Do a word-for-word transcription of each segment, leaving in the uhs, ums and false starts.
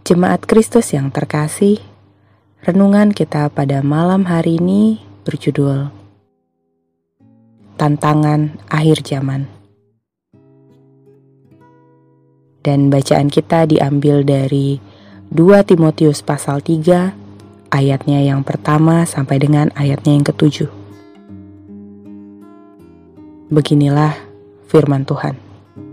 Jemaat Kristus yang terkasih, renungan kita pada malam hari ini berjudul Tantangan Akhir Zaman. Dan bacaan kita diambil dari dua Timotius pasal tiga, ayatnya yang pertama sampai dengan ayatnya yang ketujuh. Beginilah firman Tuhan.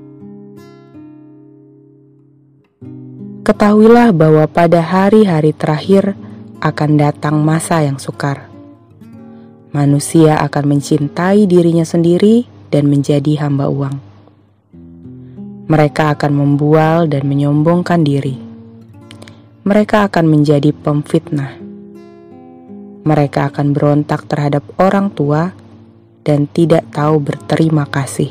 Ketahuilah bahwa pada hari-hari terakhir akan datang masa yang sukar. Manusia akan mencintai dirinya sendiri dan menjadi hamba uang. Mereka akan membual dan menyombongkan diri. Mereka akan menjadi pemfitnah. Mereka akan berontak terhadap orang tua dan tidak tahu berterima kasih.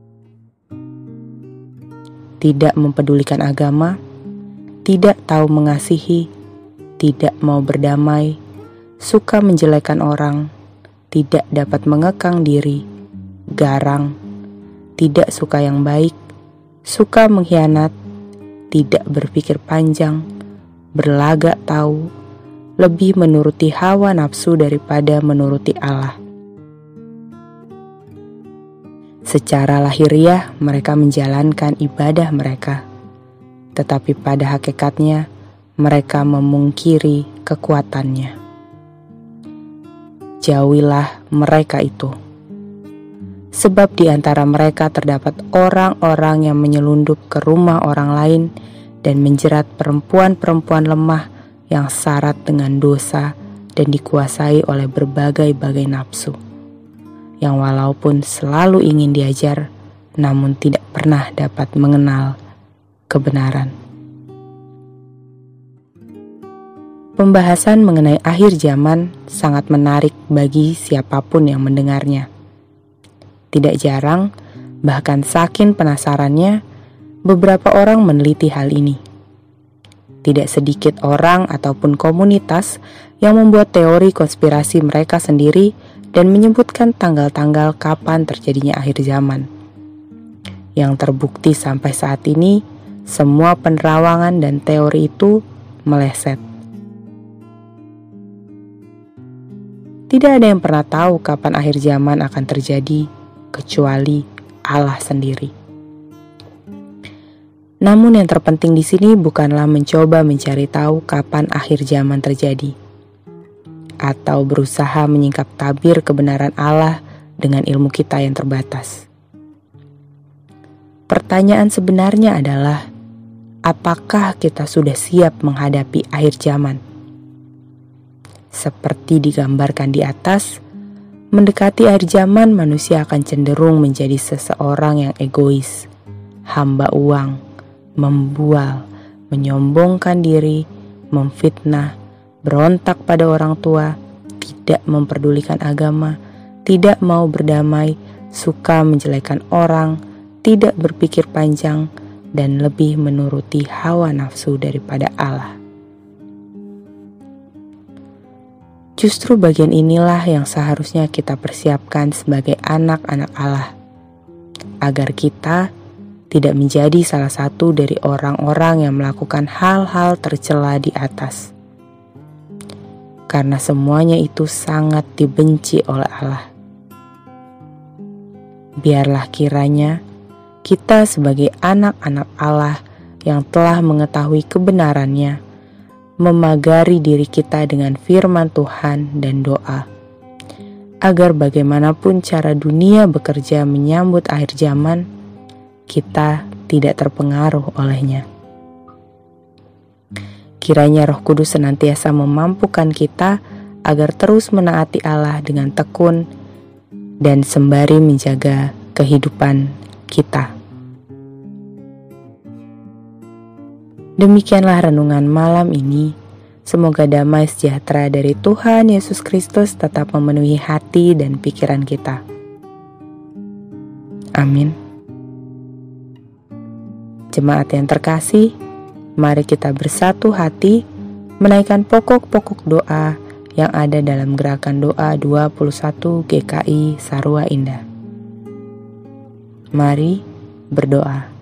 Tidak mempedulikan agama, tidak tahu mengasihi, tidak mau berdamai, suka menjelekan orang, tidak dapat mengekang diri, garang, tidak suka yang baik, suka mengkhianat, tidak berpikir panjang, berlagak tahu, lebih menuruti hawa nafsu daripada menuruti Allah. Secara lahiriah mereka menjalankan ibadah mereka, tetapi pada hakikatnya mereka memungkiri kekuatannya. Jauhilah mereka itu. Sebab di antara mereka terdapat orang-orang yang menyelundup ke rumah orang lain dan menjerat perempuan-perempuan lemah yang syarat dengan dosa dan dikuasai oleh berbagai-bagai nafsu, yang walaupun selalu ingin diajar, namun tidak pernah dapat mengenal kebenaran. Pembahasan mengenai akhir zaman sangat menarik bagi siapapun yang mendengarnya. Tidak jarang, bahkan saking penasarannya, beberapa orang meneliti hal ini. Tidak sedikit orang ataupun komunitas yang membuat teori konspirasi mereka sendiri dan menyebutkan tanggal-tanggal kapan terjadinya akhir zaman. Yang terbukti sampai saat ini, semua penerawangan dan teori itu meleset. Tidak ada yang pernah tahu kapan akhir zaman akan terjadi, kecuali Allah sendiri. Namun yang terpenting di sini bukanlah mencoba mencari tahu kapan akhir zaman terjadi, atau berusaha menyingkap tabir kebenaran Allah dengan ilmu kita yang terbatas. Pertanyaan sebenarnya adalah, apakah kita sudah siap menghadapi akhir zaman? Seperti digambarkan di atas, mendekati akhir zaman manusia akan cenderung menjadi seseorang yang egois, hamba uang, membual, menyombongkan diri, memfitnah, berontak pada orang tua, tidak memperdulikan agama, tidak mau berdamai, suka menjelekan orang, tidak berpikir panjang, dan lebih menuruti hawa nafsu daripada Allah. Justru bagian inilah yang seharusnya kita persiapkan sebagai anak-anak Allah, agar kita tidak menjadi salah satu dari orang-orang yang melakukan hal-hal tercela di atas. Karena semuanya itu sangat dibenci oleh Allah. Biarlah kiranya kita sebagai anak-anak Allah yang telah mengetahui kebenarannya, memagari diri kita dengan firman Tuhan dan doa, agar bagaimanapun cara dunia bekerja menyambut akhir zaman, kita tidak terpengaruh olehnya. Kiranya Roh Kudus senantiasa memampukan kita agar terus menaati Allah dengan tekun dan sembari menjaga kehidupan kita. Demikianlah renungan malam ini. Semoga damai sejahtera dari Tuhan Yesus Kristus tetap memenuhi hati dan pikiran kita. Amin. Jemaat yang terkasih, mari kita bersatu hati menaikkan pokok-pokok doa yang ada dalam gerakan doa dua puluh satu G K I Sarua Indah. Mari berdoa.